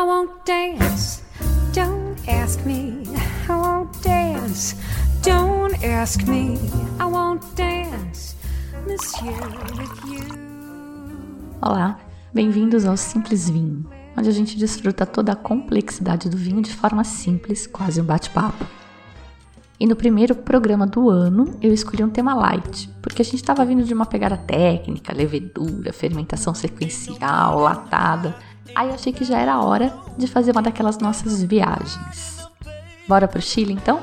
I won't dance, don't ask me. I won't dance, don't ask me. I won't dance, monsieur, with you. Olá, bem-vindos ao Simples Vinho, onde a gente desfruta toda a complexidade do vinho de forma simples, quase um bate-papo. E no primeiro programa do ano, eu escolhi um tema light, porque a gente estava vindo de uma pegada técnica, levedura, fermentação sequencial, latada. Aí eu achei que já era hora de fazer uma daquelas nossas viagens. Bora pro Chile, então?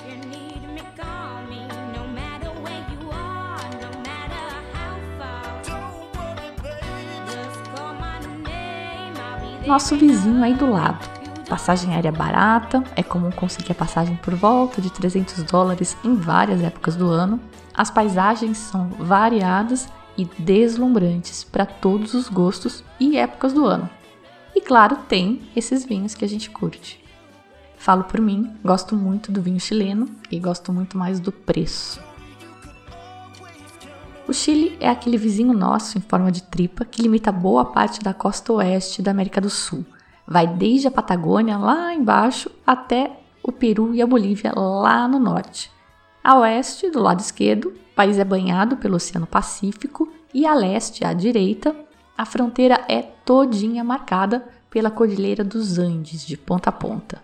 Nosso vizinho aí do lado. Passagem aérea barata, é comum conseguir a passagem por volta de $300 em várias épocas do ano. As paisagens são variadas e deslumbrantes para todos os gostos e épocas do ano. E claro, tem esses vinhos que a gente curte. Falo por mim, gosto muito do vinho chileno e gosto muito mais do preço. O Chile é aquele vizinho nosso em forma de tripa que limita boa parte da costa oeste da América do Sul. Vai desde a Patagônia, lá embaixo, até o Peru e a Bolívia, lá no norte. A oeste, do lado esquerdo, o país é banhado pelo Oceano Pacífico e a leste, à direita, a fronteira é todinha marcada pela Cordilheira dos Andes, de ponta a ponta.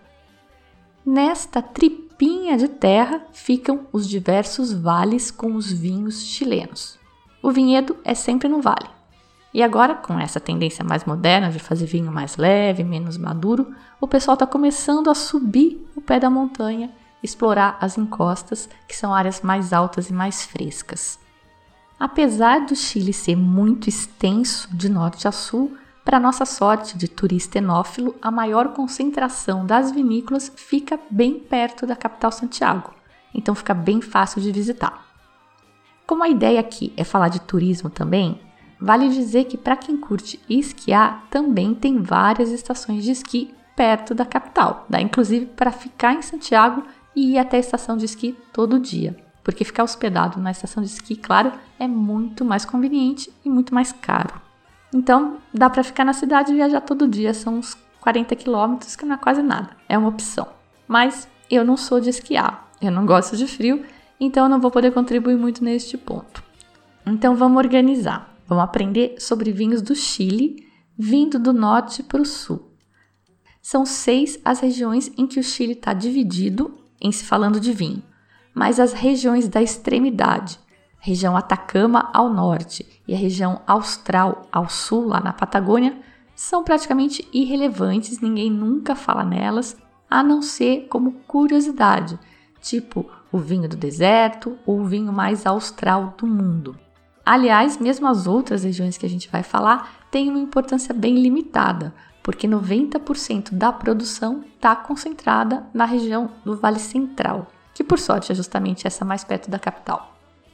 Nesta tripinha de terra ficam os diversos vales com os vinhos chilenos. O vinhedo é sempre no vale. E agora, com essa tendência mais moderna de fazer vinho mais leve, menos maduro, o pessoal está começando a subir o pé da montanha, explorar as encostas, que são áreas mais altas e mais frescas. Apesar do Chile ser muito extenso de norte a sul, para nossa sorte de turista enófilo, a maior concentração das vinícolas fica bem perto da capital Santiago, então fica bem fácil de visitar. Como a ideia aqui é falar de turismo também, vale dizer que para quem curte esquiar, também tem várias estações de esqui perto da capital, dá inclusive para ficar em Santiago e ir até a estação de esqui todo dia. Porque ficar hospedado na estação de esqui, claro, é muito mais conveniente e muito mais caro. Então, dá para ficar na cidade e viajar todo dia, são uns 40 quilômetros, que não é quase nada, é uma opção. Mas eu não sou de esquiar, eu não gosto de frio, então eu não vou poder contribuir muito neste ponto. Então vamos organizar, vamos aprender sobre vinhos do Chile, vindo do norte para o sul. São 6 as regiões em que o Chile está dividido em se falando de vinho. Mas as regiões da extremidade, região Atacama ao norte e a região austral ao sul, lá na Patagônia, são praticamente irrelevantes, ninguém nunca fala nelas, a não ser como curiosidade, tipo o vinho do deserto ou o vinho mais austral do mundo. Aliás, mesmo as outras regiões que a gente vai falar têm uma importância bem limitada, porque 90% da produção está concentrada na região do Vale Central, que por sorte é justamente essa mais perto da capital.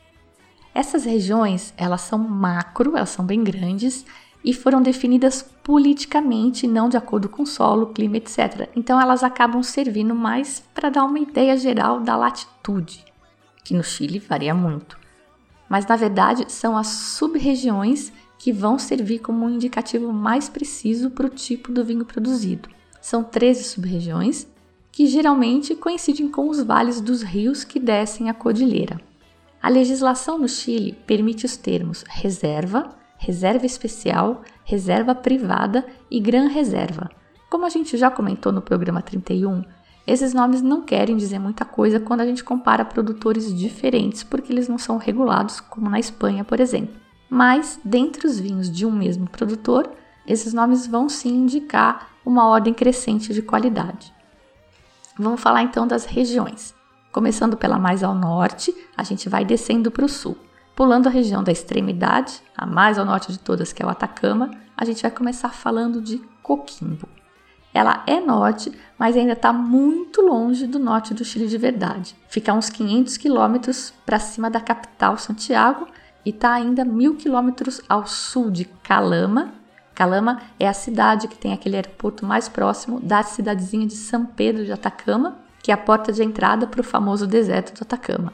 Essas regiões, elas são macro, elas são bem grandes e foram definidas politicamente, não de acordo com o solo, clima, etc. Então elas acabam servindo mais para dar uma ideia geral da latitude, que no Chile varia muito. Mas na verdade são as sub-regiões que vão servir como um indicativo mais preciso para o tipo do vinho produzido. São 13 sub-regiões, que geralmente coincidem com os vales dos rios que descem a cordilheira. A legislação no Chile permite os termos reserva, reserva especial, reserva privada e gran reserva. Como a gente já comentou no programa 31, esses nomes não querem dizer muita coisa quando a gente compara produtores diferentes, porque eles não são regulados, como na Espanha, por exemplo. Mas, dentre os vinhos de um mesmo produtor, esses nomes vão sim indicar uma ordem crescente de qualidade. Vamos falar então das regiões. Começando pela mais ao norte, a gente vai descendo para o sul. Pulando a região da extremidade, a mais ao norte de todas, que é o Atacama, a gente vai começar falando de Coquimbo. Ela é norte, mas ainda está muito longe do norte do Chile de verdade. Fica a uns 500 quilômetros para cima da capital, Santiago, e está ainda 1.000 quilômetros ao sul de Calama. Calama é a cidade que tem aquele aeroporto mais próximo da cidadezinha de São Pedro de Atacama, que é a porta de entrada para o famoso deserto do Atacama.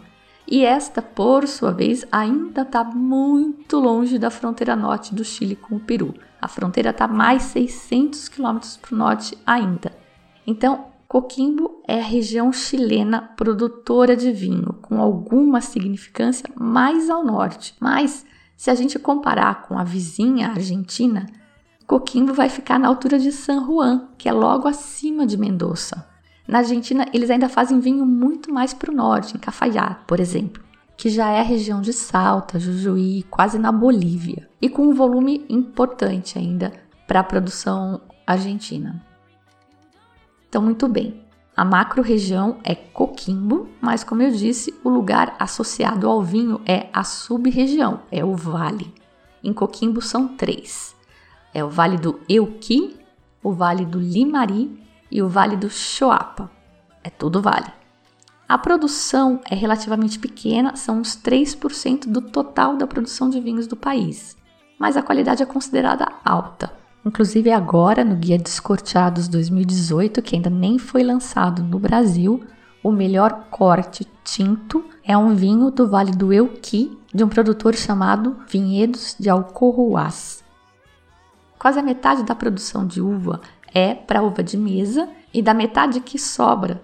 E esta, por sua vez, ainda está muito longe da fronteira norte do Chile com o Peru. A fronteira está mais 600 quilômetros para o norte ainda. Então, Coquimbo é a região chilena produtora de vinho, com alguma significância mais ao norte. Mas, se a gente comparar com a vizinha Argentina, Coquimbo vai ficar na altura de San Juan, que é logo acima de Mendoza. Na Argentina, eles ainda fazem vinho muito mais para o norte, em Cafayate, por exemplo, que já é a região de Salta, Jujuí, quase na Bolívia, e com um volume importante ainda para a produção argentina. Então, muito bem, a macro-região é Coquimbo, mas como eu disse, o lugar associado ao vinho é a sub-região, é o vale. Em Coquimbo são 3, é o Vale do Euqui, o Vale do Limari e o Vale do Choapa. É tudo vale. A produção é relativamente pequena, são uns 3% do total da produção de vinhos do país, mas a qualidade é considerada alta. Inclusive agora, no Guia Descorteados 2018, que ainda nem foi lançado no Brasil, o melhor corte tinto é um vinho do Vale do Euqui, de um produtor chamado Vinhedos de Alcohuás. Quase a metade da produção de uva é para uva de mesa e da metade que sobra,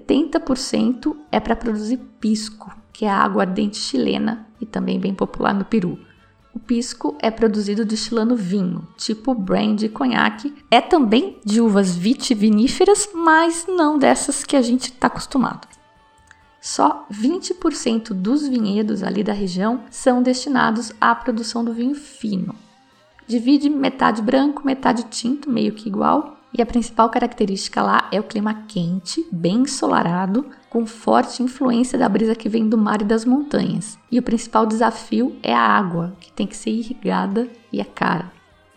70% é para produzir pisco, que é a aguardente chilena e também bem popular no Peru. O pisco é produzido destilando vinho, tipo brandy e conhaque. É também de uvas vitiviníferas, mas não dessas que a gente está acostumado. Só 20% dos vinhedos ali da região são destinados à produção do vinho fino. Divide metade branco, metade tinto, meio que igual. E a principal característica lá é o clima quente, bem ensolarado, com forte influência da brisa que vem do mar e das montanhas. E o principal desafio é a água, que tem que ser irrigada e é cara.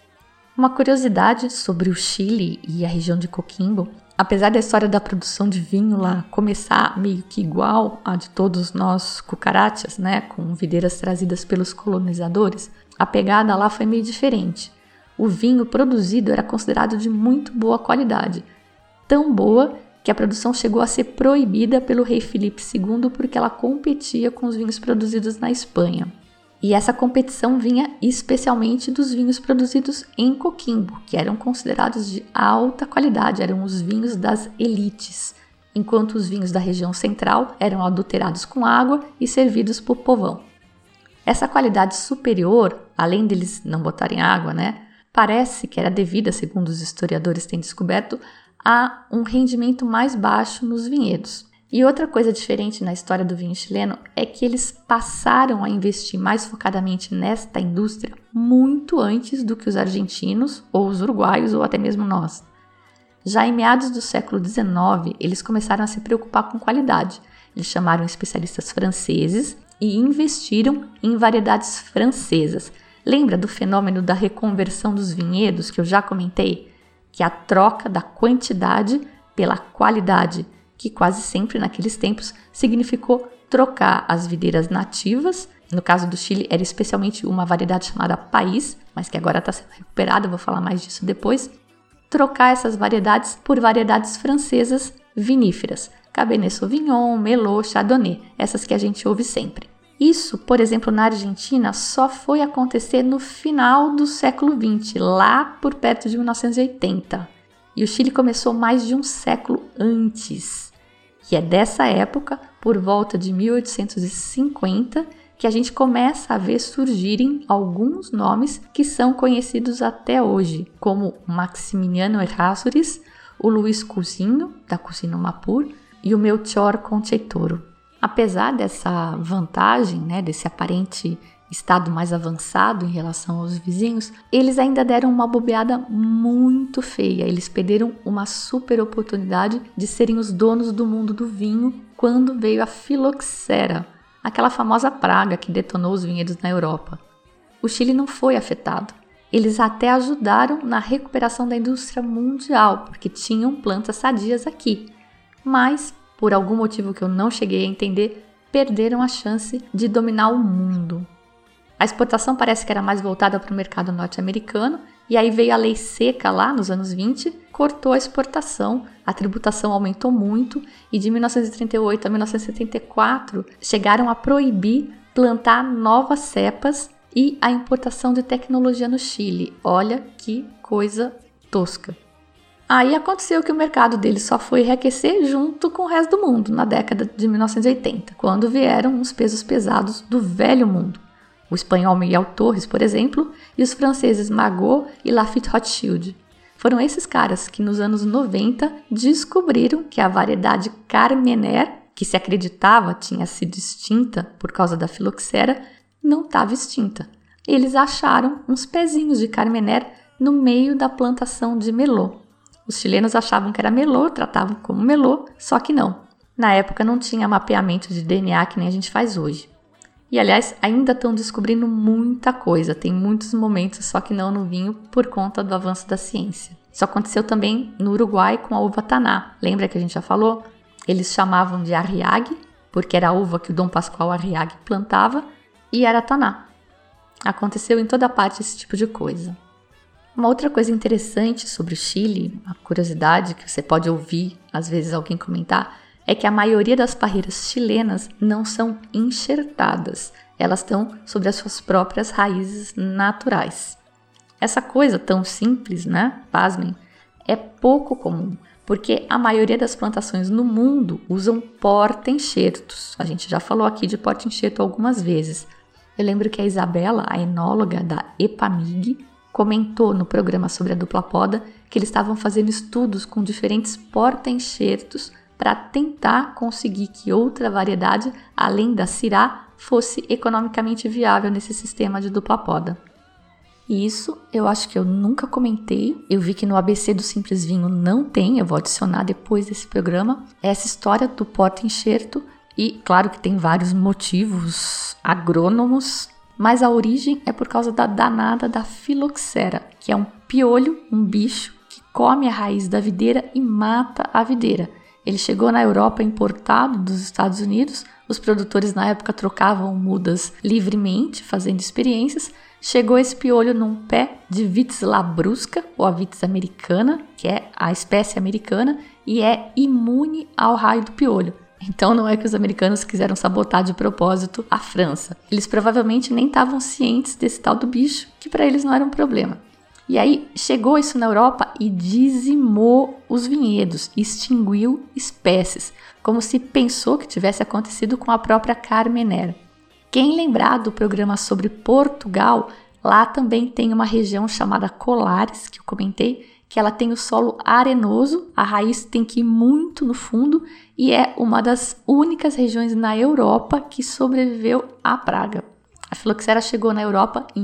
Uma curiosidade sobre o Chile e a região de Coquimbo: apesar da história da produção de vinho lá começar meio que igual a de todos nós cucarachas, né, com videiras trazidas pelos colonizadores, a pegada lá foi meio diferente. O vinho produzido era considerado de muito boa qualidade, tão boa que a produção chegou a ser proibida pelo rei Filipe II porque ela competia com os vinhos produzidos na Espanha. E essa competição vinha especialmente dos vinhos produzidos em Coquimbo, que eram considerados de alta qualidade, eram os vinhos das elites, enquanto os vinhos da região central eram adulterados com água e servidos por povão. Essa qualidade superior, além deles não botarem água, parece que era devida, segundo os historiadores têm descoberto, a um rendimento mais baixo nos vinhedos. E outra coisa diferente na história do vinho chileno é que eles passaram a investir mais focadamente nesta indústria muito antes do que os argentinos, ou os uruguaios, ou até mesmo nós. Já em meados do século XIX, eles começaram a se preocupar com qualidade. Eles chamaram especialistas franceses e investiram em variedades francesas. Lembra do fenômeno da reconversão dos vinhedos que eu já comentei? Que é a troca da quantidade pela qualidade, que quase sempre naqueles tempos significou trocar as videiras nativas. No caso do Chile era especialmente uma variedade chamada País, mas que agora está sendo recuperada, vou falar mais disso depois. Trocar essas variedades por variedades francesas viníferas, Cabernet Sauvignon, Merlot, Chardonnay, essas que a gente ouve sempre. Isso, por exemplo, na Argentina, só foi acontecer no final do século XX, lá por perto de 1980. E o Chile começou mais de um século antes. E é dessa época, por volta de 1850, que a gente começa a ver surgirem alguns nomes que são conhecidos até hoje, como Maximiliano Errázuriz, o Luiz Cousinho, da Cousinho Mapur, e o Melchior Concheitoro. Apesar dessa vantagem, desse aparente estado mais avançado em relação aos vizinhos, eles ainda deram uma bobeada muito feia. Eles perderam uma super oportunidade de serem os donos do mundo do vinho quando veio a filoxera, aquela famosa praga que detonou os vinhedos na Europa. O Chile não foi afetado. Eles até ajudaram na recuperação da indústria mundial, porque tinham plantas sadias aqui. Mas, por algum motivo que eu não cheguei a entender, perderam a chance de dominar o mundo. A exportação parece que era mais voltada para o mercado norte-americano E aí veio a lei seca lá nos anos 20, cortou a exportação, a tributação aumentou muito e de 1938 a 1974 chegaram a proibir plantar novas cepas e a importação de tecnologia no Chile. Olha que coisa tosca. Aí aconteceu que o mercado deles só foi reaquecer junto com o resto do mundo na década de 1980, quando vieram os pesos pesados do velho mundo. O espanhol Miguel Torres, por exemplo, e os franceses Magot e Lafite Rothschild. Foram esses caras que nos anos 90 descobriram que a variedade Carmener, que se acreditava tinha sido extinta por causa da filoxera, não estava extinta. Eles acharam uns pezinhos de Carmener no meio da plantação de melô. Os chilenos achavam que era melô, tratavam como melô, só que não. Na época não tinha mapeamento de DNA que nem a gente faz hoje. E, aliás, ainda estão descobrindo muita coisa. Tem muitos momentos, só que não no vinho, por conta do avanço da ciência. Isso aconteceu também no Uruguai com a uva Taná. Lembra que a gente já falou? Eles chamavam de Arriague, porque era a uva que o Dom Pascoal Arriague plantava, e era Taná. Aconteceu em toda parte esse tipo de coisa. Uma outra coisa interessante sobre o Chile, uma curiosidade que você pode ouvir, às vezes alguém comentar, é que a maioria das parreiras chilenas não são enxertadas, elas estão sobre as suas próprias raízes naturais. Essa coisa tão simples, né? Pasmem, é pouco comum, porque a maioria das plantações no mundo usam porta-enxertos. A gente já falou aqui de porta-enxerto algumas vezes. Eu lembro que a Isabela, a enóloga da EPAMIG, comentou no programa sobre a dupla poda que eles estavam fazendo estudos com diferentes porta-enxertos para tentar conseguir que outra variedade, além da Syrah, fosse economicamente viável nesse sistema de dupla poda. E isso eu acho que eu nunca comentei, eu vi que no ABC do Simples Vinho não tem, eu vou adicionar depois desse programa, essa história do porta-enxerto e claro que tem vários motivos agrônomos, mas a origem é por causa da danada da filoxera, que é um piolho, um bicho que come a raiz da videira e mata a videira. Ele chegou na Europa importado dos Estados Unidos, os produtores na época trocavam mudas livremente, fazendo experiências. Chegou esse piolho num pé de Vitis labrusca, ou a Vitis americana, que é a espécie americana, e é imune ao raio do piolho. Então não é que os americanos quiseram sabotar de propósito a França. Eles provavelmente nem estavam cientes desse tal do bicho, que para eles não era um problema. E aí chegou isso na Europa e dizimou os vinhedos, extinguiu espécies, como se pensou que tivesse acontecido com a própria Carmener. Quem lembrar do programa sobre Portugal, lá também tem uma região chamada Colares, que eu comentei, que ela tem o solo arenoso, a raiz tem que ir muito no fundo e é uma das únicas regiões na Europa que sobreviveu à praga. A filoxera chegou na Europa em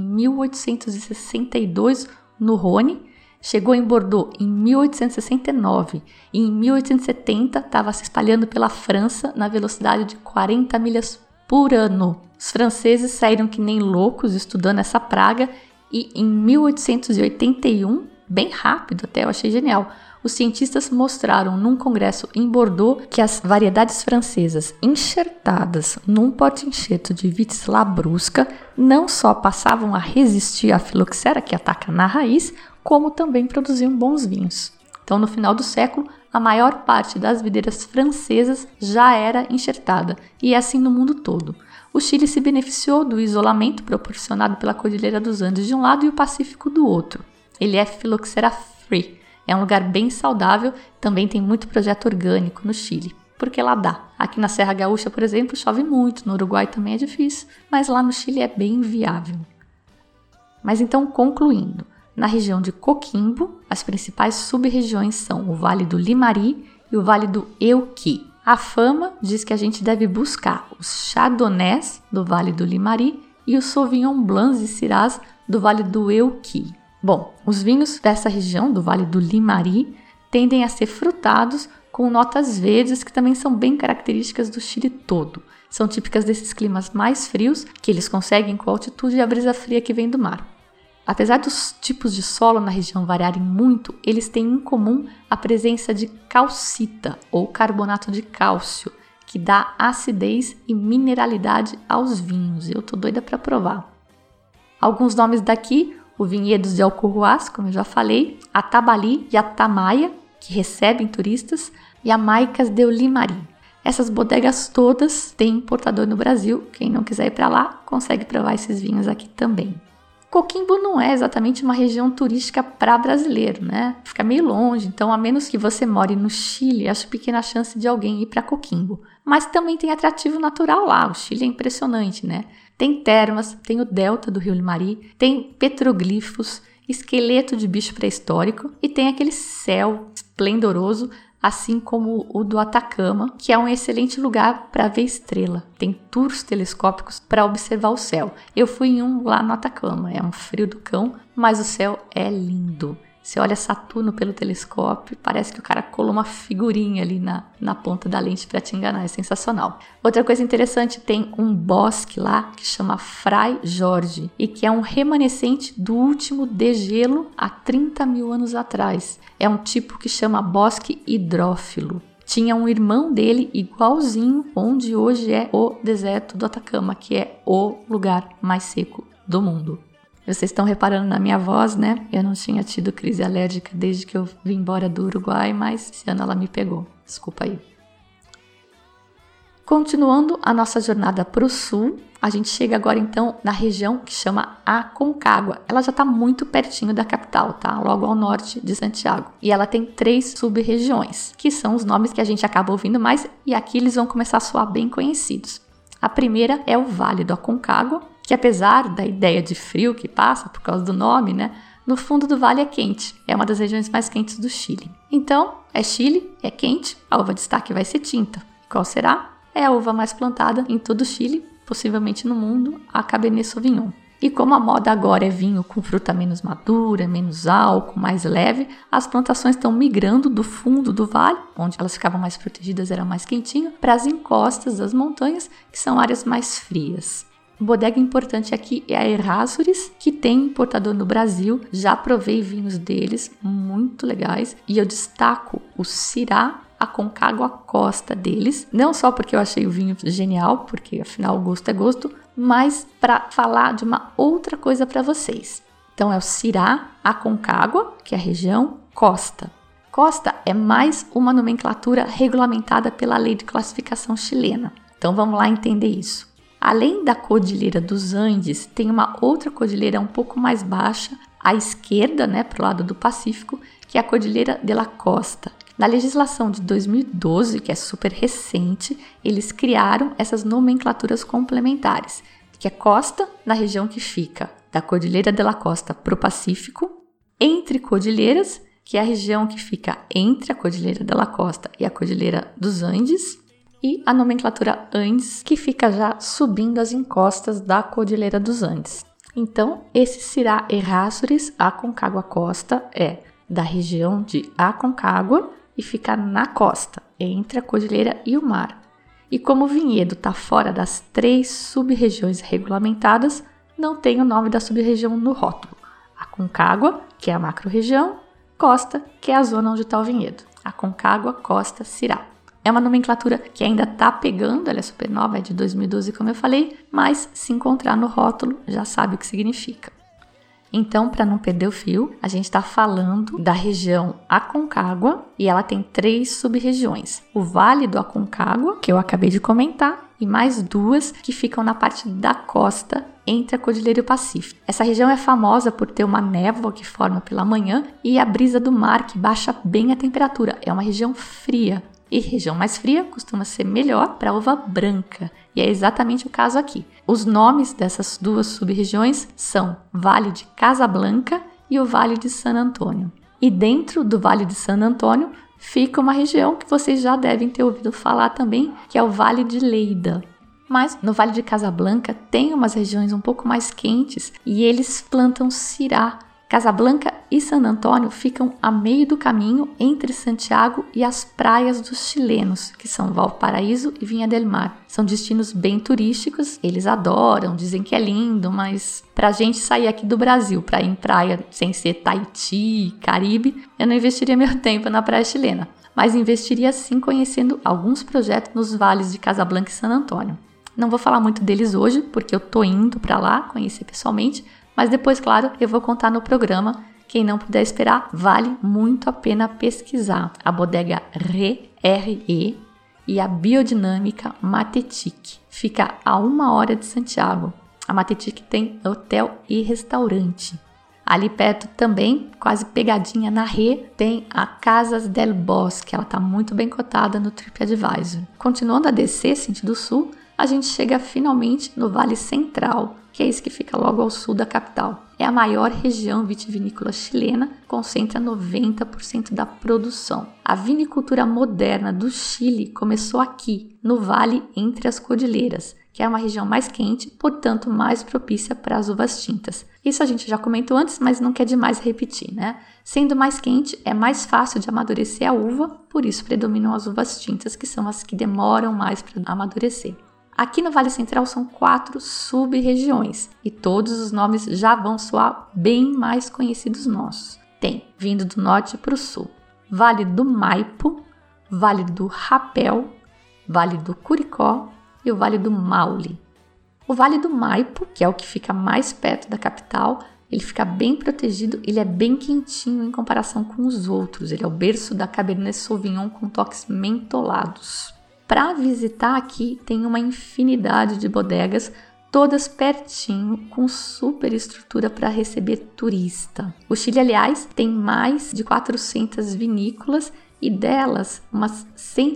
1862 no Rhône, chegou em Bordeaux em 1869 e em 1870 estava se espalhando pela França na velocidade de 40 milhas por ano. Os franceses saíram que nem loucos estudando essa praga e em 1881, bem rápido até, eu achei genial, os cientistas mostraram num congresso em Bordeaux que as variedades francesas enxertadas num porta-enxerto de Vitis labrusca não só passavam a resistir à filoxera que ataca na raiz, como também produziam bons vinhos. Então, no final do século, a maior parte das videiras francesas já era enxertada, e é assim no mundo todo. O Chile se beneficiou do isolamento proporcionado pela Cordilheira dos Andes de um lado e o Pacífico do outro. Ele é filoxera free. É um lugar bem saudável, também tem muito projeto orgânico no Chile, porque lá dá. Aqui na Serra Gaúcha, por exemplo, chove muito, no Uruguai também é difícil, mas lá no Chile é bem viável. Mas então, concluindo, na região de Coquimbo, as principais sub-regiões são o Vale do Limari e o Vale do Euqui. A fama diz que a gente deve buscar os Chardonnays do Vale do Limari e os Sauvignon Blancs e Syrahs do Vale do Euqui. Bom, os vinhos dessa região, do Vale do Limari, tendem a ser frutados com notas verdes que também são bem características do Chile todo. São típicas desses climas mais frios que eles conseguem com a altitude e a brisa fria que vem do mar. Apesar dos tipos de solo na região variarem muito, eles têm em comum a presença de calcita ou carbonato de cálcio, que dá acidez e mineralidade aos vinhos. Eu tô doida para provar. Alguns nomes daqui: o Vinhedos de Alcohuas, como eu já falei, a Tabali e a Tamaia, que recebem turistas, e a Maicas de Olimari. Essas bodegas todas têm importador no Brasil. Quem não quiser ir para lá, consegue provar esses vinhos aqui também. Coquimbo não é exatamente uma região turística para brasileiro, né? Fica meio longe, então a menos que você more no Chile, acho pequena a chance de alguém ir para Coquimbo. Mas também tem atrativo natural lá, o Chile é impressionante, né? Tem termas, tem o delta do Rio Limari, tem petroglifos, esqueleto de bicho pré-histórico e tem aquele céu esplendoroso, assim como o do Atacama, que é um excelente lugar para ver estrela. Tem tours telescópicos para observar o céu. Eu fui em um lá no Atacama, é um frio do cão, mas o céu é lindo. Você olha Saturno pelo telescópio, parece que o cara colou uma figurinha ali na ponta da lente para te enganar, é sensacional. Outra coisa interessante, tem um bosque lá que chama Fray Jorge e que é um remanescente do último degelo há 30 mil anos atrás. É um tipo que chama bosque hidrófilo. Tinha um irmão dele igualzinho onde hoje é o deserto do Atacama, que é o lugar mais seco do mundo. Vocês estão reparando na minha voz, né? Eu não tinha tido crise alérgica desde que eu vim embora do Uruguai, mas esse ano ela me pegou. Desculpa aí. Continuando a nossa jornada para o sul, a gente chega agora então na região que chama Aconcagua. Ela já está muito pertinho da capital, tá? Logo ao norte de Santiago. E ela tem 3 sub-regiões, que são os nomes que a gente acaba ouvindo mais, e aqui eles vão começar a soar bem conhecidos. A primeira é o Vale do Aconcagua, que apesar da ideia de frio que passa por causa do nome, né, no fundo do vale é quente. É uma das regiões mais quentes do Chile. Então, é Chile, é quente, a uva de destaque vai ser tinta. Qual será? É a uva mais plantada em todo o Chile, possivelmente no mundo, a Cabernet Sauvignon. E como a moda agora é vinho com fruta menos madura, menos álcool, mais leve, as plantações estão migrando do fundo do vale, onde elas ficavam mais protegidas, era mais quentinho, para as encostas das montanhas, que são áreas mais frias. Bodega importante aqui é a Errázuriz, que tem importador no Brasil. Já provei vinhos deles, muito legais. E eu destaco o Syrah Aconcagua Costa deles. Não só porque eu achei o vinho genial, porque afinal gosto é gosto, mas para falar de uma outra coisa para vocês. Então é o Syrah Aconcagua, que é a região Costa. Costa é mais uma nomenclatura regulamentada pela lei de classificação chilena. Então vamos lá entender isso. Além da Cordilheira dos Andes, tem uma outra cordilheira um pouco mais baixa, à esquerda, né, para o lado do Pacífico, que é a Cordilheira de la Costa. Na legislação de 2012, que é super recente, eles criaram essas nomenclaturas complementares, que é Costa, na região que fica da Cordilheira de la Costa para o Pacífico, entre cordilheiras, que é a região que fica entre a Cordilheira de la Costa e a Cordilheira dos Andes, e a nomenclatura Andes, que fica já subindo as encostas da Cordilheira dos Andes. Então, esse Syrah Errázuriz Aconcagua Costa é da região de Aconcagua e fica na costa, entre a cordilheira e o mar. E como o vinhedo está fora das 3 sub-regiões regulamentadas, não tem o nome da sub-região no rótulo. Aconcagua, que é a macro-região, Costa, que é a zona onde está o vinhedo. Aconcagua, Costa, Syrah. É uma nomenclatura que ainda está pegando, ela é super nova, é de 2012, como eu falei, mas se encontrar no rótulo já sabe o que significa. Então, para não perder o fio, a gente está falando da região Aconcagua e ela tem 3 sub-regiões. O Vale do Aconcagua, que eu acabei de comentar, e mais 2 que ficam na parte da costa entre a Cordilheira e o Pacífico. Essa região é famosa por ter uma névoa que forma pela manhã e a brisa do mar que baixa bem a temperatura. É uma região fria. E região mais fria costuma ser melhor para uva branca. E é exatamente o caso aqui. Os nomes dessas 2 sub-regiões são Vale de Casablanca e o Vale de San Antônio. E dentro do Vale de San Antônio fica uma região que vocês já devem ter ouvido falar também, que é o Vale de Lleida. Mas no Vale de Casablanca tem umas regiões um pouco mais quentes e eles plantam Syrah. Casablanca e San Antônio ficam a meio do caminho entre Santiago e as praias dos chilenos, que são Valparaíso e Viña del Mar. São destinos bem turísticos, eles adoram, dizem que é lindo, mas pra gente sair aqui do Brasil, pra ir em praia sem ser Tahiti, Caribe, eu não investiria meu tempo na praia chilena, mas investiria sim conhecendo alguns projetos nos vales de Casablanca e San Antônio. Não vou falar muito deles hoje, porque eu tô indo pra lá conhecer pessoalmente, Mas depois, claro, eu vou contar no programa. Quem não puder esperar, vale muito a pena pesquisar a bodega RE e a biodinâmica Matetic. Fica a 1 hora de Santiago. A Matetic tem hotel e restaurante. Ali perto também, quase pegadinha na Rê, tem a Casas del Bosque. Ela está muito bem cotada no TripAdvisor. Continuando a descer, sentido sul, a gente chega finalmente no Vale Central, que é esse que fica logo ao sul da capital. É a maior região vitivinícola chilena, concentra 90% da produção. A vinicultura moderna do Chile começou aqui, no vale entre as cordilheiras, que é uma região mais quente, portanto mais propícia para as uvas tintas. Isso a gente já comentou antes, mas não quer demais repetir, né? Sendo mais quente, é mais fácil de amadurecer a uva, por isso predominam as uvas tintas, que são as que demoram mais para amadurecer. Aqui no Vale Central são 4 sub-regiões e todos os nomes já vão soar bem mais conhecidos nossos. Tem, vindo do norte para o sul, Vale do Maipo, Vale do Rapel, Vale do Curicó e o Vale do Maule. O Vale do Maipo, que é o que fica mais perto da capital, ele fica bem protegido, ele é bem quentinho em comparação com os outros. Ele é o berço da Cabernet Sauvignon com toques mentolados. Para visitar aqui tem uma infinidade de bodegas, todas pertinho, com super estrutura para receber turista. O Chile, aliás, tem mais de 400 vinícolas e delas, umas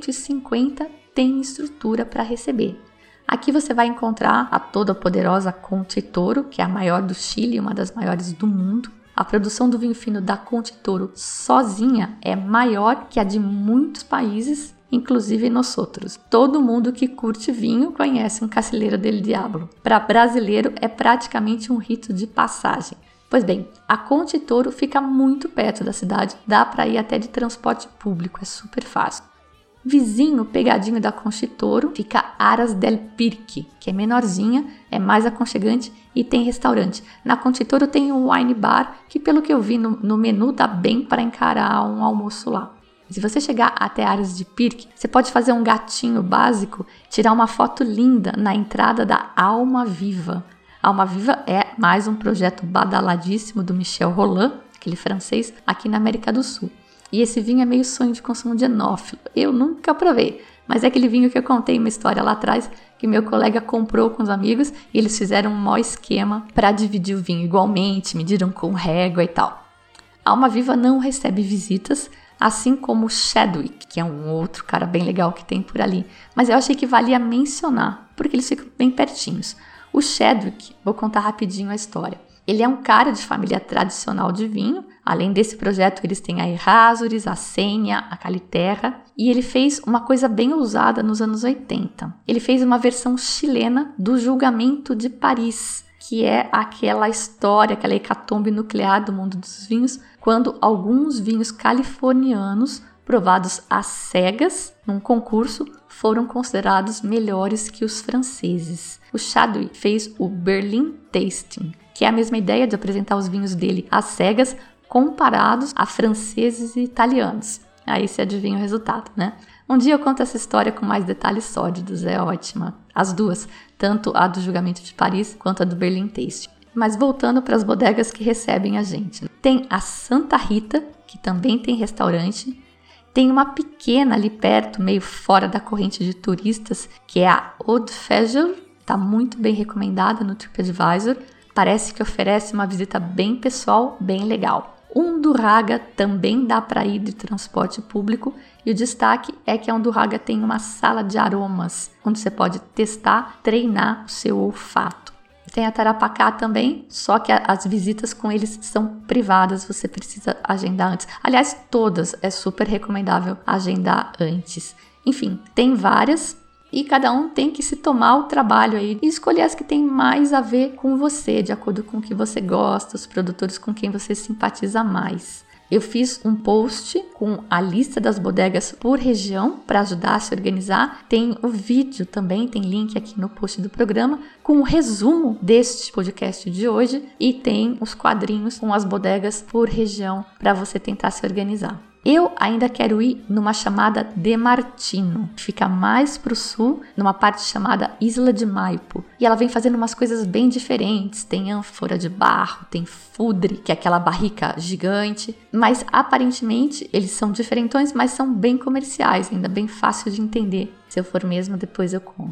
150 têm estrutura para receber. Aqui você vai encontrar a toda poderosa Concha y Toro, que é a maior do Chile e uma das maiores do mundo. A produção do vinho fino da Concha y Toro sozinha é maior que a de muitos países, inclusive nós outros. Todo mundo que curte vinho conhece um Cacilheiro del Diablo. Para brasileiro é praticamente um rito de passagem. Pois bem, a Concha y Toro fica muito perto da cidade, dá para ir até de transporte público, é super fácil. Vizinho, pegadinho da Concha y Toro, fica Aras del Pirque, que é menorzinha, é mais aconchegante e tem restaurante. Na Concha y Toro tem um wine bar, que pelo que eu vi no menu dá bem para encarar um almoço lá. Se você chegar até Aras de Pirque, você pode fazer um gatinho básico, tirar uma foto linda na entrada da Alma Viva. A Alma Viva é mais um projeto badaladíssimo do Michel Rolland, aquele francês, aqui na América do Sul. E esse vinho é meio sonho de consumo de enófilo. Eu nunca provei, mas é aquele vinho que eu contei uma história lá atrás, que meu colega comprou com os amigos e eles fizeram um maior esquema para dividir o vinho igualmente, mediram com régua e tal. A Alma Viva não recebe visitas, assim como o Chadwick, que é um outro cara bem legal que tem por ali. Mas eu achei que valia mencionar, porque eles ficam bem pertinhos. O Chadwick, vou contar rapidinho a história. Ele é um cara de família tradicional de vinho. Além desse projeto, eles têm a Errázuriz, a Sénia, a Caliterra. E ele fez uma coisa bem ousada nos anos 80. Ele fez uma versão chilena do Julgamento de Paris, que é aquela história, aquela hecatombe nuclear do mundo dos vinhos, quando alguns vinhos californianos, provados às cegas, num concurso, foram considerados melhores que os franceses. O Chadwick fez o Berlin Tasting, que é a mesma ideia de apresentar os vinhos dele às cegas, comparados a franceses e italianos. Aí você adivinha o resultado, né? Um dia eu conto essa história com mais detalhes sórdidos, é ótima. As duas, tanto a do Julgamento de Paris quanto a do Berlin Tasting. Mas voltando para as bodegas que recebem a gente. Tem a Santa Rita, que também tem restaurante. Tem uma pequena ali perto, meio fora da corrente de turistas, que é a Eau de Fegel. Está muito bem recomendada no TripAdvisor. Parece que oferece uma visita bem pessoal, bem legal. Undurraga também dá para ir de transporte público e o destaque é que a Undurraga tem uma sala de aromas, onde você pode testar, treinar o seu olfato. Tem a Tarapacá também, só que as visitas com eles são privadas, você precisa agendar antes. Aliás, todas é super recomendável agendar antes. Enfim, tem várias. E cada um tem que se tomar o trabalho aí e escolher as que tem mais a ver com você, de acordo com o que você gosta, os produtores com quem você simpatiza mais. Eu fiz um post com a lista das bodegas por região para ajudar a se organizar. Tem o vídeo também, tem link aqui no post do programa, com o resumo deste podcast de hoje e tem os quadrinhos com as bodegas por região para você tentar se organizar. Eu ainda quero ir numa chamada De Martino, que fica mais para o sul, numa parte chamada Isla de Maipo. E ela vem fazendo umas coisas bem diferentes. Tem ânfora de barro, tem fudre, que é aquela barrica gigante. Mas aparentemente eles são diferentões, mas são bem comerciais, ainda bem fácil de entender. Se eu for mesmo, depois eu conto.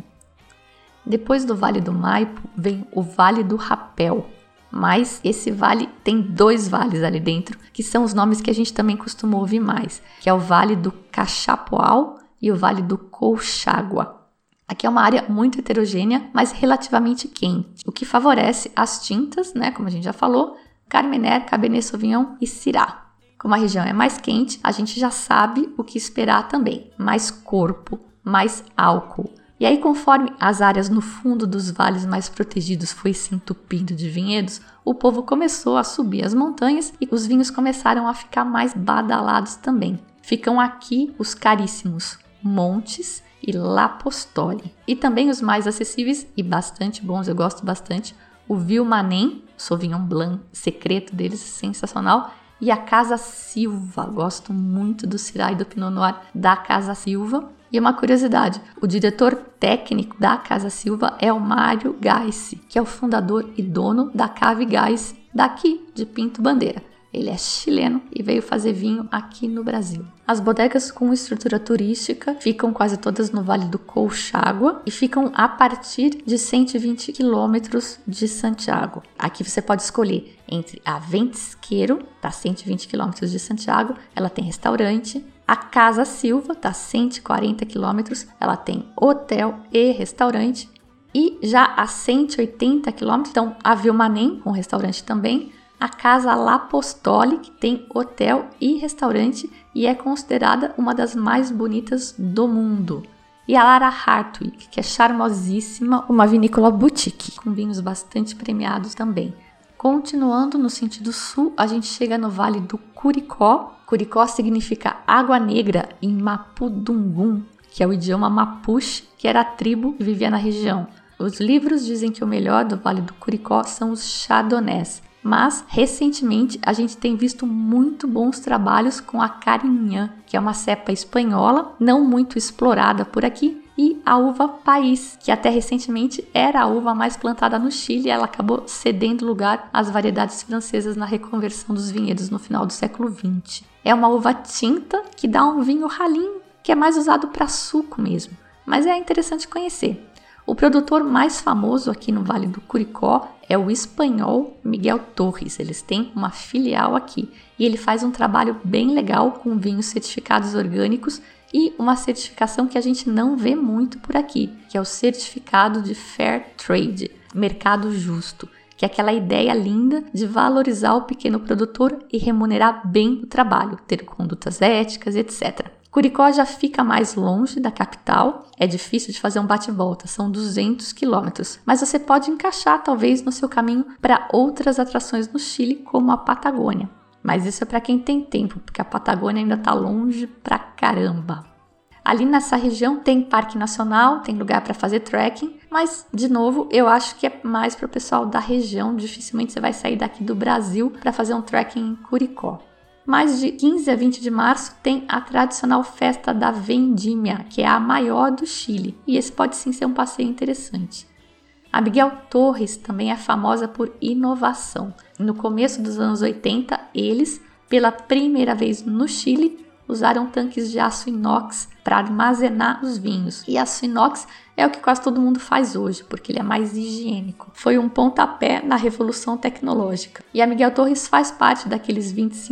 Depois do Vale do Maipo vem o Vale do Rapel. Mas esse vale tem 2 vales ali dentro, que são os nomes que a gente também costuma ouvir mais, que é o Vale do Cachapoal e o Vale do Colchagua. Aqui é uma área muito heterogênea, mas relativamente quente, o que favorece as tintas, né, como a gente já falou, Carmener, Cabernet Sauvignon e Syrah. Como a região é mais quente, a gente já sabe o que esperar também, mais corpo, mais álcool. E aí, conforme as áreas no fundo dos vales mais protegidos foi se entupindo de vinhedos, o povo começou a subir as montanhas e os vinhos começaram a ficar mais badalados também. Ficam aqui os caríssimos Montes e L'Apostoli. E também os mais acessíveis e bastante bons, eu gosto bastante, o Vilmanen, Sauvignon Blanc secreto deles, sensacional, e a Casa Silva. Gosto muito do Syrah e do Pinot Noir da Casa Silva. E uma curiosidade, o diretor técnico da Casa Silva é o Mário Gaissi, que é o fundador e dono da Cave Gaissi, daqui de Pinto Bandeira. Ele é chileno e veio fazer vinho aqui no Brasil. As bodegas com estrutura turística ficam quase todas no Vale do Colchagua e ficam a partir de 120 quilômetros de Santiago. Aqui você pode escolher entre a Ventisqueiro, está a 120 quilômetros de Santiago, ela tem restaurante. A Casa Silva está a 140 quilômetros, ela tem hotel e restaurante. E já a 180 quilômetros, então a Vilmanen, com restaurante também. A Casa L'Apostoli, que tem hotel e restaurante e é considerada uma das mais bonitas do mundo. E a Lara Hartwig, que é charmosíssima, uma vinícola boutique, com vinhos bastante premiados também. Continuando no sentido sul, a gente chega no Vale do Curicó. Curicó significa água negra em Mapudungun, que é o idioma Mapuche, que era a tribo que vivia na região. Os livros dizem que o melhor do Vale do Curicó são os Chardonnays. Mas, recentemente, a gente tem visto muito bons trabalhos com a Carignan, que é uma cepa espanhola, não muito explorada por aqui, e a uva País, que até recentemente era a uva mais plantada no Chile, e ela acabou cedendo lugar às variedades francesas na reconversão dos vinhedos no final do século XX. É uma uva tinta que dá um vinho ralinho, que é mais usado para suco mesmo, mas é interessante conhecer. O produtor mais famoso aqui no Vale do Curicó é o espanhol Miguel Torres. Eles têm uma filial aqui e ele faz um trabalho bem legal com vinhos certificados orgânicos e uma certificação que a gente não vê muito por aqui, que é o certificado de Fair Trade, mercado justo, que é aquela ideia linda de valorizar o pequeno produtor e remunerar bem o trabalho, ter condutas éticas, etc. Curicó já fica mais longe da capital, é difícil de fazer um bate-volta, são 200 quilômetros, mas você pode encaixar talvez no seu caminho para outras atrações no Chile, como a Patagônia. Mas isso é para quem tem tempo, porque a Patagônia ainda está longe pra caramba. Ali nessa região tem parque nacional, tem lugar para fazer trekking, mas, de novo, eu acho que é mais para o pessoal da região, dificilmente você vai sair daqui do Brasil para fazer um trekking em Curicó. Mas de 15 a 20 de março tem a tradicional festa da Vendimia, que é a maior do Chile, e esse pode sim ser um passeio interessante. A Miguel Torres também é famosa por inovação. No começo dos anos 80, eles, pela primeira vez no Chile, usaram tanques de aço inox para armazenar os vinhos. E aço inox é o que quase todo mundo faz hoje, porque ele é mais higiênico. Foi um pontapé na revolução tecnológica. E a Miguel Torres faz parte daqueles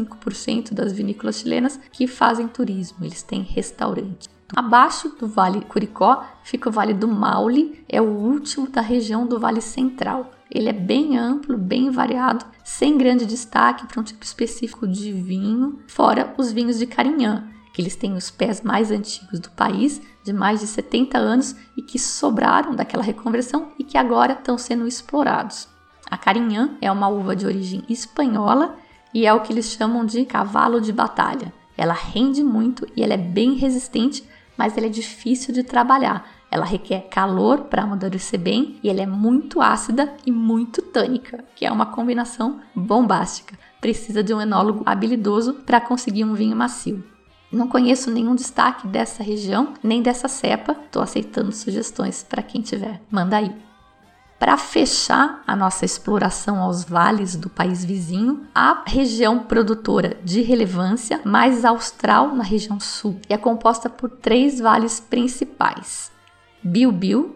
25% das vinícolas chilenas que fazem turismo. Eles têm restaurante. Abaixo do Vale Curicó fica o Vale do Maule, é o último da região do Vale Central. Ele é bem amplo, bem variado, sem grande destaque para um tipo específico de vinho, fora os vinhos de Carignan, que eles têm os pés mais antigos do país, de mais de 70 anos e que sobraram daquela reconversão e que agora estão sendo explorados. A Carignan é uma uva de origem espanhola e é o que eles chamam de cavalo de batalha. Ela rende muito e ela é bem resistente, mas ela é difícil de trabalhar. Ela requer calor para amadurecer bem e ela é muito ácida e muito tânica, que é uma combinação bombástica. precisa de um enólogo habilidoso para conseguir um vinho macio. Não conheço nenhum destaque dessa região, nem dessa cepa. Estou aceitando sugestões para quem tiver. Manda aí. Para fechar a nossa exploração aos vales do país vizinho, a região produtora de relevância mais austral na região sul é composta por 3 vales principais: Biu-Biu,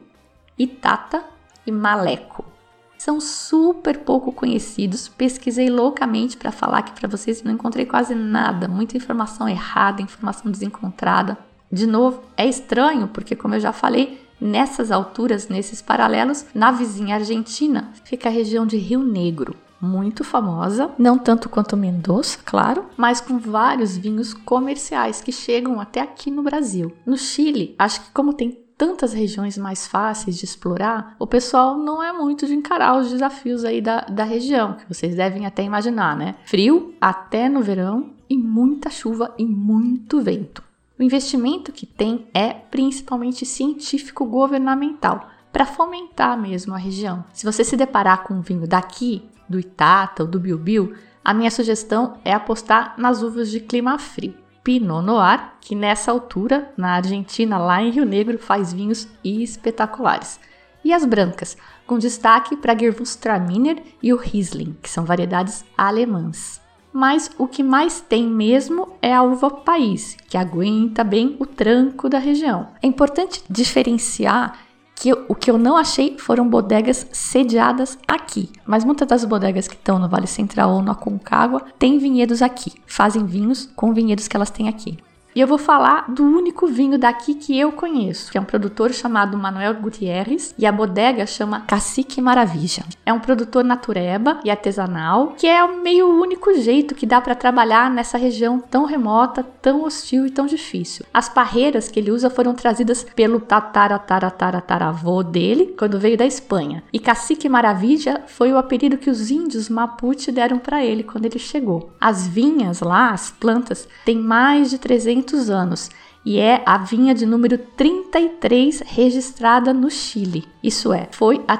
Itata e Maleco. São super pouco conhecidos, pesquisei loucamente para falar aqui para vocês e não encontrei quase nada, muita informação errada, informação desencontrada. De novo, é estranho porque, como eu já falei, nessas alturas, nesses paralelos, na vizinha Argentina, fica a região de Rio Negro, muito famosa, não tanto quanto Mendoza, claro, mas com vários vinhos comerciais que chegam até aqui no Brasil. No Chile, acho que como tem tantas regiões mais fáceis de explorar, o pessoal não é muito de encarar os desafios aí da região, que vocês devem até imaginar, né? Frio até no verão e muita chuva e muito vento. O investimento que tem é principalmente científico-governamental, para fomentar mesmo a região. Se você se deparar com um vinho daqui, do Itata ou do Biu-Biu, a minha sugestão é apostar nas uvas de clima frio. Pinot Noir, que nessa altura, na Argentina, lá em Rio Negro, faz vinhos espetaculares. E as brancas, com destaque para Gewürztraminer e o Riesling, que são variedades alemãs. Mas o que mais tem mesmo é a uva país, que aguenta bem o tranco da região. É importante diferenciar que o que eu não achei foram bodegas sediadas aqui, mas muitas das bodegas que estão no Vale Central ou no Aconcagua têm vinhedos aqui, fazem vinhos com vinhedos que elas têm aqui. E eu vou falar do único vinho daqui que eu conheço, que é um produtor chamado Manuel Gutierrez, e a bodega chama Cacique Maravilla. É um produtor natureba e artesanal, que é o meio único jeito que dá para trabalhar nessa região tão remota, tão hostil e tão difícil. As parreiras que ele usa foram trazidas pelo tataravô dele, quando veio da Espanha. E Cacique Maravilla foi o apelido que os índios Mapuche deram para ele quando ele chegou. As vinhas lá, as plantas, têm mais de 300 anos e é a vinha de número 33 registrada no Chile. Isso é, foi a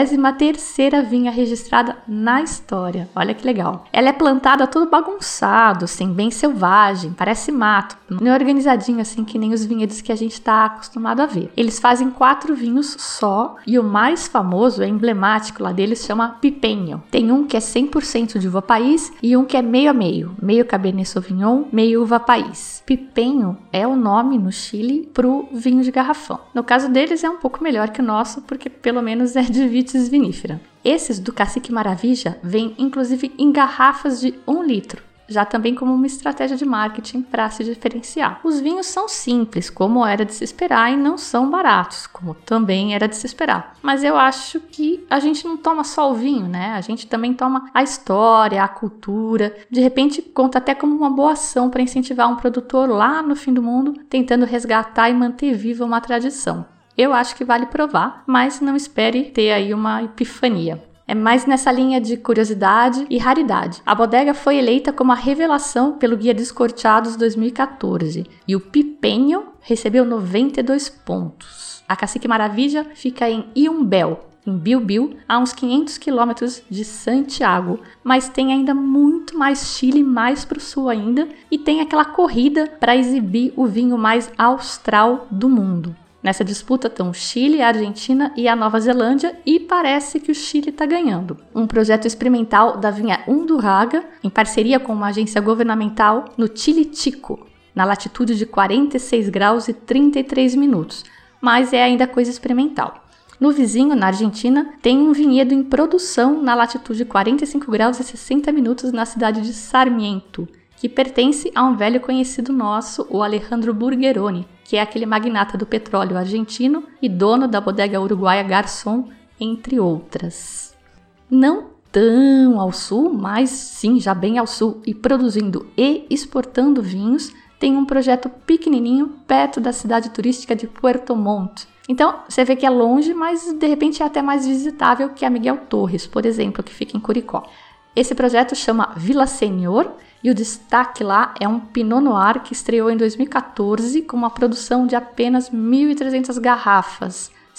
33ª vinha registrada na história. Olha que legal. Ela é plantada todo bagunçado, assim, bem selvagem, parece mato. Não é organizadinho assim que nem os vinhedos que a gente está acostumado a ver. Eles fazem 4 vinhos só e o mais famoso, emblemático lá deles, chama Pipeño. Tem um que é 100% de uva país e um que é meio a meio, meio Cabernet Sauvignon, meio uva país. Pipeño é o nome no Chile pro vinho de garrafão. No caso deles é um pouco melhor que o nosso, porque pelo menos é de vitis vinífera. Esses do Cacique Maravilla vêm inclusive em garrafas de 1 litro, já também como uma estratégia de marketing para se diferenciar. Os vinhos são simples, como era de se esperar, e não são baratos, como também era de se esperar. Mas eu acho que a gente não toma só o vinho, né? A gente também toma a história, a cultura. De repente, conta até como uma boa ação para incentivar um produtor lá no fim do mundo, tentando resgatar e manter viva uma tradição. Eu acho que vale provar, mas não espere ter aí uma epifania. É mais nessa linha de curiosidade e raridade. A bodega foi eleita como a revelação pelo Guia Descorteados 2014 e o Pipeño recebeu 92 pontos. A Cacique Maravilla fica em Iumbel, em Biu-Biu, a uns 500 quilômetros de Santiago, mas tem ainda muito mais Chile, mais para o sul ainda, e tem aquela corrida para exibir o vinho mais austral do mundo. Nessa disputa estão o Chile, a Argentina e a Nova Zelândia, e parece que o Chile está ganhando. Um projeto experimental da vinha Undurraga, em parceria com uma agência governamental, no Chilitico, na latitude de 46 graus e 33 minutos, mas é ainda coisa experimental. No vizinho, na Argentina, tem um vinhedo em produção na latitude 45 graus e 60 minutos na cidade de Sarmiento, que pertence a um velho conhecido nosso, o Alejandro Burgeroni, que é aquele magnata do petróleo argentino e dono da bodega uruguaia Garçom, entre outras. Não tão ao sul, mas sim, já bem ao sul, e produzindo e exportando vinhos, tem um projeto pequenininho perto da cidade turística de Puerto Montt. Então, você vê que é longe, mas de repente é até mais visitável que a Miguel Torres, por exemplo, que fica em Curicó. Esse projeto chama Vila Senhor e o destaque lá é um Pinot Noir que estreou em 2014 com uma produção de apenas 1.300 garrafas,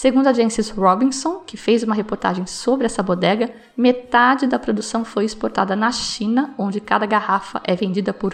Segundo a Jancis Robinson, que fez uma reportagem sobre essa bodega, metade da produção foi exportada na China, onde cada garrafa é vendida por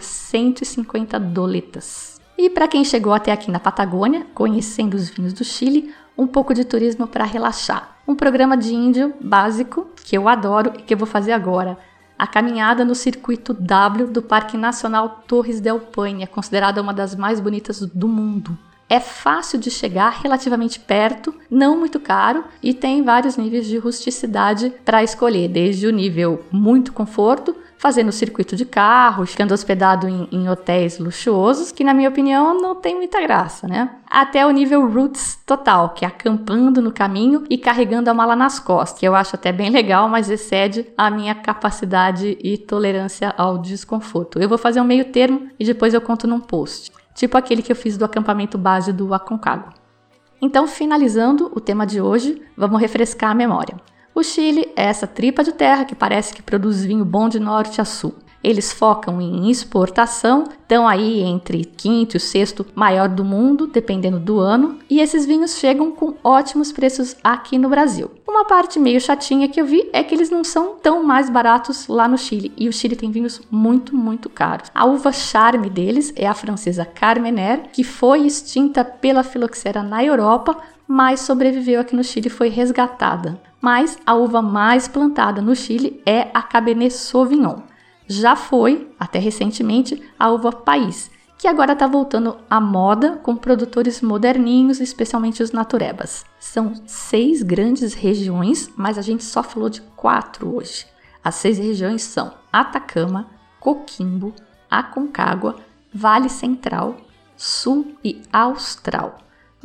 $150. E para quem chegou até aqui na Patagônia, conhecendo os vinhos do Chile, um pouco de turismo para relaxar. Um programa de índio básico, que eu adoro e que eu vou fazer agora. A caminhada no circuito W do Parque Nacional Torres del Paine, considerada uma das mais bonitas do mundo. É fácil de chegar, relativamente perto, não muito caro e tem vários níveis de rusticidade para escolher, desde o nível muito conforto, fazendo circuito de carro, ficando hospedado em hotéis luxuosos, que na minha opinião não tem muita graça, né? Até o nível roots total, que é acampando no caminho e carregando a mala nas costas, que eu acho até bem legal, mas excede a minha capacidade e tolerância ao desconforto. Eu vou fazer um meio termo e depois eu conto num post. Tipo aquele que eu fiz do acampamento base do Aconcagua. Então, finalizando o tema de hoje, vamos refrescar a memória. O Chile é essa tripa de terra que parece que produz vinho bom de norte a sul. Eles focam em exportação, estão aí entre o quinto e o sexto maior do mundo, dependendo do ano, e esses vinhos chegam com ótimos preços aqui no Brasil. Uma parte meio chatinha que eu vi é que eles não são tão mais baratos lá no Chile, e o Chile tem vinhos muito, muito caros. A uva charme deles é a francesa Carmener, que foi extinta pela filoxera na Europa, mas sobreviveu aqui no Chile e foi resgatada. Mas a uva mais plantada no Chile é a Cabernet Sauvignon. Já foi, até recentemente, a uva País, que agora está voltando à moda com produtores moderninhos, especialmente os naturebas. São 6 grandes regiões, mas a gente só falou de 4 hoje. As 6 regiões são Atacama, Coquimbo, Aconcagua, Vale Central, Sul e Austral.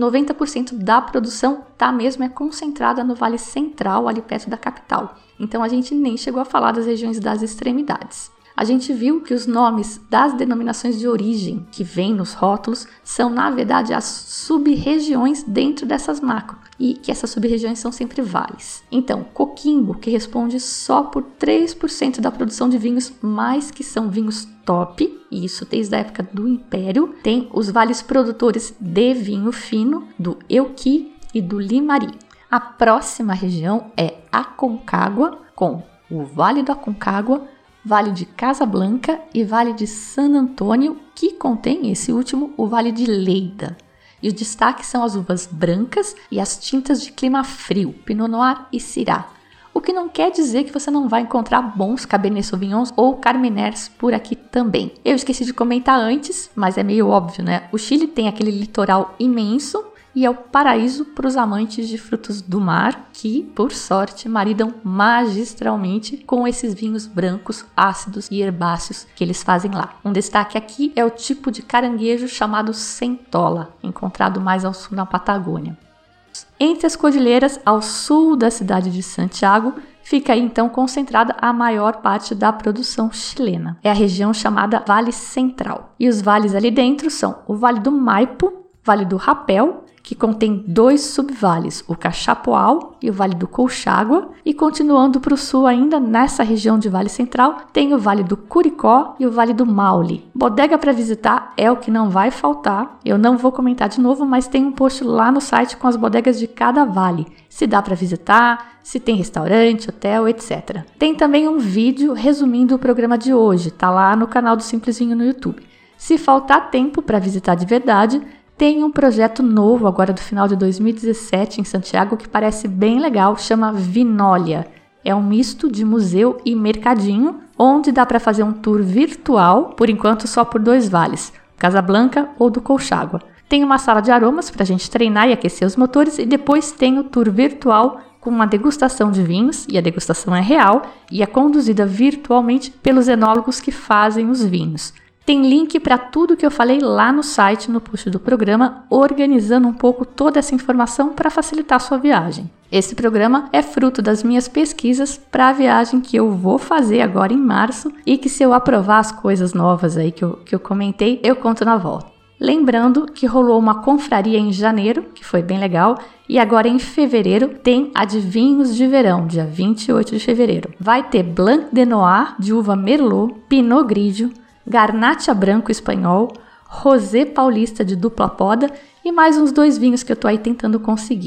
90% da produção mesmo concentrada no Vale Central, ali perto da capital. Então a gente nem chegou a falar das regiões das extremidades. A gente viu que os nomes das denominações de origem que vêm nos rótulos são, na verdade, as sub-regiões dentro dessas macro, e que essas sub-regiões são sempre vales. Então, Coquimbo, que responde só por 3% da produção de vinhos, mas que são vinhos top, e isso desde a época do Império, tem os vales produtores de vinho fino, do Euqui e do Limari. A próxima região é Aconcagua, com o Vale do Aconcagua, Vale de Casablanca e Vale de San Antônio, que contém, esse último, o Vale de Lleida. E os destaques são as uvas brancas e as tintas de clima frio, Pinot Noir e Syrah. O que não quer dizer que você não vai encontrar bons Cabernet Sauvignons ou Carmeners por aqui também. Eu esqueci de comentar antes, mas é meio óbvio, né? O Chile tem aquele litoral imenso e é o paraíso para os amantes de frutos do mar que, por sorte, maridam magistralmente com esses vinhos brancos, ácidos e herbáceos que eles fazem lá. Um destaque aqui é o tipo de caranguejo chamado centola, encontrado mais ao sul na Patagônia. Entre as cordilheiras, ao sul da cidade de Santiago, fica aí então concentrada a maior parte da produção chilena. É a região chamada Vale Central. E os vales ali dentro são o Vale do Maipo, Vale do Rapel, que contém 2 subvales, o Cachapoal e o Vale do Colchagua, e continuando para o sul ainda, nessa região de Vale Central, tem o Vale do Curicó e o Vale do Maule. Bodega para visitar é o que não vai faltar, eu não vou comentar de novo, mas tem um post lá no site com as bodegas de cada vale, se dá para visitar, se tem restaurante, hotel, etc. Tem também um vídeo resumindo o programa de hoje, tá lá no canal do Simples Vinho no YouTube. Se faltar tempo para visitar de verdade, tem um projeto novo agora do final de 2017 em Santiago que parece bem legal, chama Vinólia. É um misto de museu e mercadinho, onde dá para fazer um tour virtual, por enquanto só por 2 vales, Casablanca ou do Colchagua. Tem uma sala de aromas para a gente treinar e aquecer os motores e depois tem o tour virtual com uma degustação de vinhos, e a degustação é real e é conduzida virtualmente pelos enólogos que fazem os vinhos. Tem link para tudo que eu falei lá no site, no post do programa, organizando um pouco toda essa informação para facilitar a sua viagem. Esse programa é fruto das minhas pesquisas para a viagem que eu vou fazer agora em março e que, se eu aprovar as coisas novas aí que eu comentei, eu conto na volta. Lembrando que rolou uma confraria em janeiro, que foi bem legal, e agora em fevereiro tem a de vinhos de verão, dia 28 de fevereiro. Vai ter Blanc de Noir de uva Merlot, Pinot Grigio, Garnacha branco espanhol, Rosé paulista de dupla poda e mais uns 2 vinhos que eu tô aí tentando conseguir.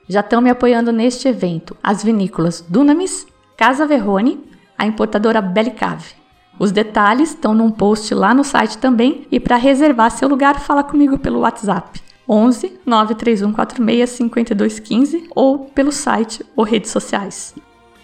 Já estão me apoiando neste evento as vinícolas Dunamis, Casa Verrone, a importadora Bellicave. Os detalhes estão num post lá no site também, e para reservar seu lugar, fala comigo pelo WhatsApp 11 93146 5215 ou pelo site ou redes sociais.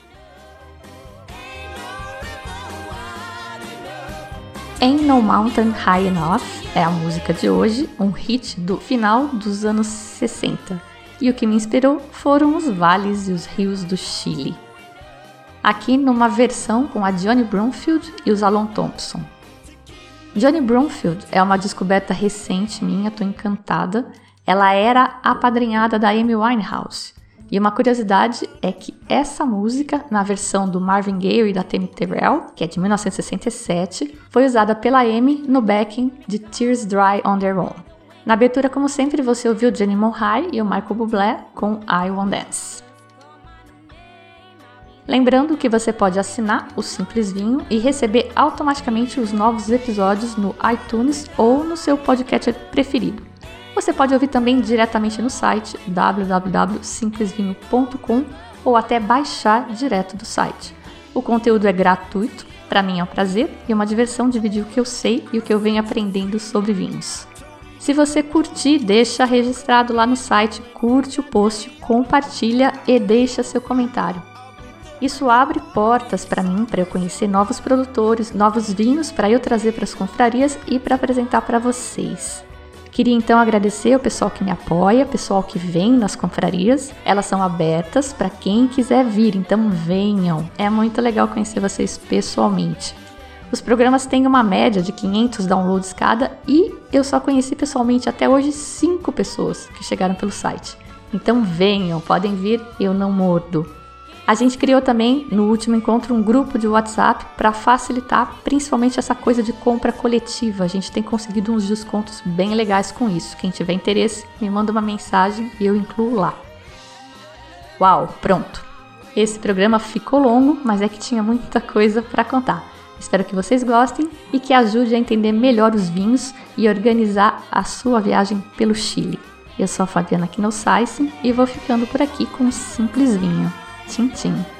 Ain't No Mountain High Enough é a música de hoje, um hit do final dos anos 60. E o que me inspirou foram os vales e os rios do Chile. Aqui numa versão com a Johnny Bromfield e os Alan Thompson. Johnny Bromfield é uma descoberta recente minha, tô encantada. Ela era apadrinhada da Amy Winehouse. E uma curiosidade é que essa música, na versão do Marvin Gaye e da Tammy Terrell, que é de 1967, foi usada pela Amy no backing de Tears Dry on Their Own. Na abertura, como sempre, você ouviu Jenny Monhai e o Michael Bublé com I Won't Dance. Lembrando que você pode assinar o Simples Vinho e receber automaticamente os novos episódios no iTunes ou no seu podcast preferido. Você pode ouvir também diretamente no site www.simplesvinho.com ou até baixar direto do site. O conteúdo é gratuito, para mim é um prazer e uma diversão dividir o que eu sei e o que eu venho aprendendo sobre vinhos. Se você curtir, deixa registrado lá no site, curte o post, compartilha e deixa seu comentário. Isso abre portas para mim, para eu conhecer novos produtores, novos vinhos para eu trazer para as confrarias e para apresentar para vocês. Queria então agradecer ao pessoal que me apoia, pessoal que vem nas confrarias. Elas são abertas para quem quiser vir, então venham. É muito legal conhecer vocês pessoalmente. Os programas têm uma média de 500 downloads cada e eu só conheci pessoalmente até hoje 5 pessoas que chegaram pelo site. Então venham, podem vir, eu não mordo. A gente criou também, no último encontro, um grupo de WhatsApp para facilitar principalmente essa coisa de compra coletiva. A gente tem conseguido uns descontos bem legais com isso. Quem tiver interesse, me manda uma mensagem e eu incluo lá. Uau, pronto! Esse programa ficou longo, mas é que tinha muita coisa para contar. Espero que vocês gostem e que ajude a entender melhor os vinhos e organizar a sua viagem pelo Chile. Eu sou a Fabiana Knossaisen e vou ficando por aqui com um Simples Vinho. Tchim, tchim.